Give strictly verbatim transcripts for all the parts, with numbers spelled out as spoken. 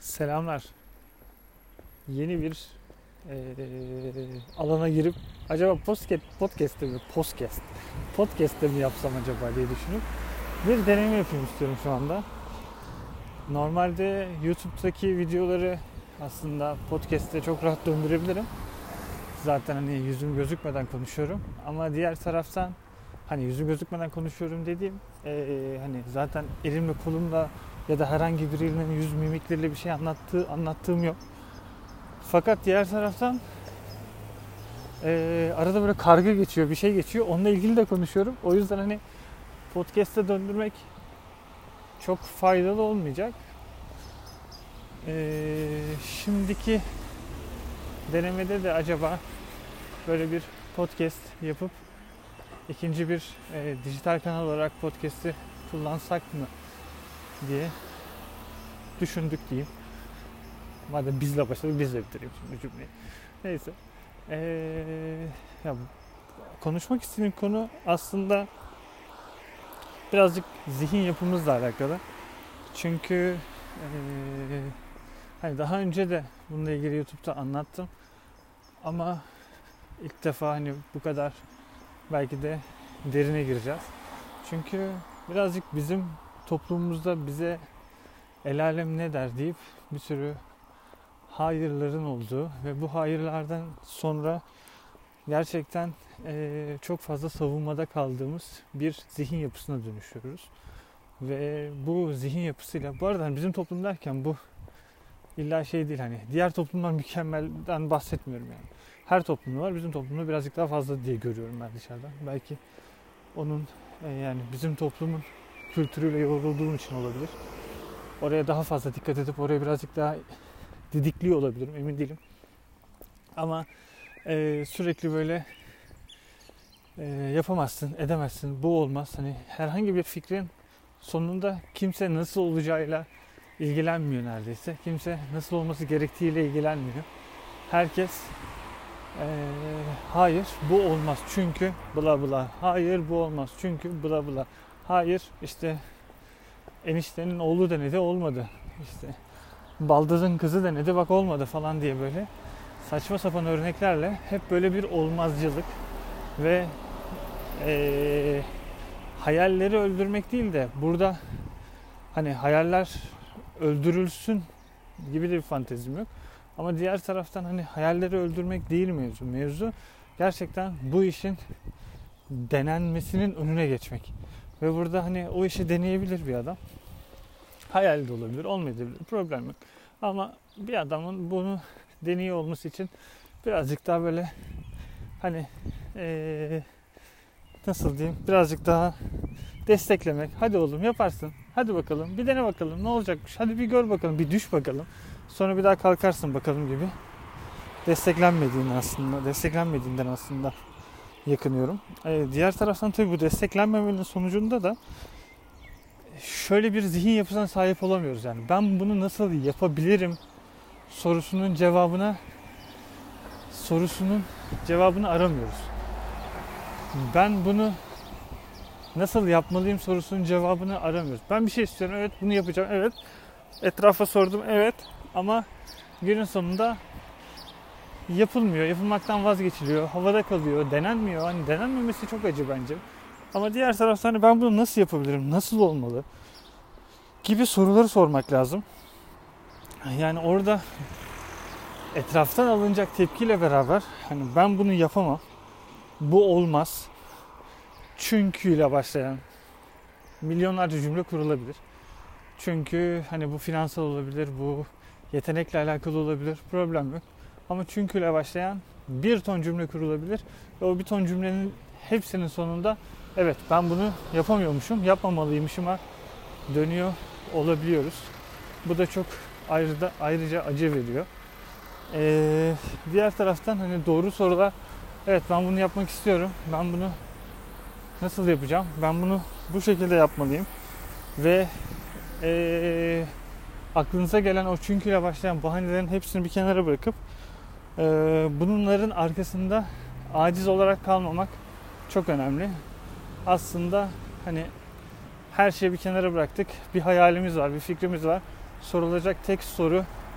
Selamlar. Yeni bir eee, alana girip acaba podcast podcast'te mi podcast podcast'te mi yapsam acaba diye düşünüp bir deneyim yapayım istiyorum şu anda. Normalde YouTube'daki videoları aslında podcast'te çok rahat döndürebilirim. Zaten hani yüzüm gözükmeden konuşuyorum. Ama diğer taraftan hani yüzüm gözükmeden konuşuyorum dediğim eee, hani zaten elimle kolumla ya da herhangi birinin yüz mimikleriyle bir şey anlattığı anlattığım yok. Fakat diğer taraftan e, arada böyle karga geçiyor, bir şey geçiyor. Onunla ilgili de konuşuyorum. O yüzden hani podcast'e döndürmek çok faydalı olmayacak. E, şimdiki denemede de acaba böyle bir podcast yapıp ikinci bir e, dijital kanal olarak podcast'i kullansak mı diye düşündük diyeyim. Madem bizle başladık, bizle bitireyim şimdi cümleyi. Neyse. Ee, ya, konuşmak istediğim konu aslında birazcık zihin yapımızla alakalı. Çünkü ee, hani daha önce de bununla ilgili YouTube'da anlattım. Ama ilk defa hani bu kadar belki de derine gireceğiz. Çünkü birazcık bizim toplumumuzda bize el alem ne der deyip bir sürü hayırların olduğu ve bu hayırlardan sonra gerçekten e, çok fazla savunmada kaldığımız bir zihin yapısına dönüşüyoruz. Ve bu zihin yapısıyla, bu arada hani bizim toplum derken bu illa şey değil, hani diğer toplumlar mükemmelden bahsetmiyorum yani. Her toplumda var, bizim toplumda birazcık daha fazla diye görüyorum ben dışarıdan. Belki onun e, yani bizim toplumun kültürüyle yoğrulduğum için olabilir. Oraya daha fazla dikkat edip oraya birazcık daha didikliyor olabilirim, emin değilim. Ama e, sürekli böyle e, yapamazsın, edemezsin, bu olmaz. Hani herhangi bir fikrin sonunda kimse nasıl olacağıyla ilgilenmiyor neredeyse. Kimse nasıl olması gerektiğiyle ilgilenmiyor. Herkes e, hayır bu olmaz çünkü bla bla. Hayır bu olmaz çünkü bla bla. Hayır işte eniştenin oğlu denedi olmadı. İşte baldızın kızı denedi bak olmadı falan diye böyle saçma sapan örneklerle hep böyle bir olmazcılık ve ee, hayalleri öldürmek değil de burada hani hayaller öldürülsün gibi de bir fantezim yok. Ama diğer taraftan hani hayalleri öldürmek değil mevzu. Mevzu gerçekten bu işin denenmesinin önüne geçmek. Ve burada hani o işi deneyebilir bir adam. Hayal de olabilir, olmayabilir. Problem yok. Ama bir adamın bunu deniyor olması için birazcık daha böyle hani ee, nasıl diyeyim, birazcık daha desteklemek. Hadi oğlum yaparsın. Hadi bakalım bir dene bakalım ne olacakmış. Hadi bir gör bakalım, bir düş bakalım. Sonra bir daha kalkarsın bakalım gibi. Desteklenmediğinden aslında, desteklenmediğinden aslında yakınıyorum. Ee, diğer taraftan tabii bu desteklenmemenin sonucunda da şöyle bir zihin yapısına sahip olamıyoruz yani. Ben bunu nasıl yapabilirim sorusunun cevabına sorusunun cevabını aramıyoruz. Ben bunu nasıl yapmalıyım sorusunun cevabını aramıyoruz. Ben bir şey istiyorum, evet bunu yapacağım, evet. Etrafa sordum, evet. Ama günün sonunda yapılmıyor, yapılmaktan vazgeçiliyor, havada kalıyor, denenmiyor. Hani denenmemesi çok acı bence. Ama diğer taraftan hani ben bunu nasıl yapabilirim, nasıl olmalı gibi soruları sormak lazım. Yani orada etraftan alınacak tepkiyle beraber hani ben bunu yapamam, bu olmaz, çünkü ile başlayan milyonlarca cümle kurulabilir. Çünkü hani bu finansal olabilir, bu yetenekle alakalı olabilir, problem yok. Ama çünkü ile başlayan bir ton cümle kurulabilir ve o bir ton cümlenin hepsinin sonunda evet ben bunu yapamıyormuşum, yapmamalıymışıma dönüyor olabiliyoruz. Bu da çok ayrıca, ayrıca acı veriyor. Ee, diğer taraftan hani doğru sorular, evet ben bunu yapmak istiyorum, ben bunu nasıl yapacağım, ben bunu bu şekilde yapmalıyım ve ee, aklınıza gelen o çünküyle başlayan bahanelerin hepsini bir kenara bırakıp ee, bunların arkasında aciz olarak kalmamak çok önemli. Aslında hani her şeyi bir kenara bıraktık. Bir hayalimiz var, bir fikrimiz var. Sorulacak tek soru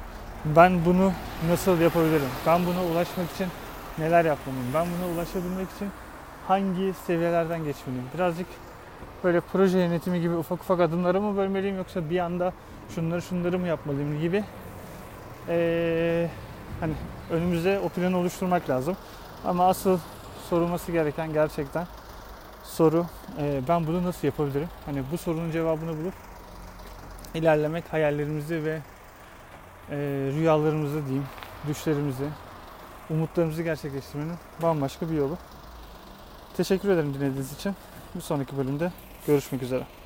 ben bunu nasıl yapabilirim? Ben buna ulaşmak için neler yapmalıyım? Ben buna ulaşabilmek için hangi seviyelerden geçmeliyim? Birazcık böyle proje yönetimi gibi ufak ufak adımlara mı bölmeliyim, yoksa bir anda şunları şunları mı yapmalıyım gibi ee, hani önümüzde o planı oluşturmak lazım. Ama asıl sorulması gereken gerçekten soru, e, ben bunu nasıl yapabilirim? Hani bu sorunun cevabını bulup ilerlemek, hayallerimizi ve e, rüyalarımızı diyeyim, düşlerimizi, umutlarımızı gerçekleştirmenin bambaşka bir yolu. Teşekkür ederim dinlediğiniz için. Bir sonraki bölümde görüşmek üzere.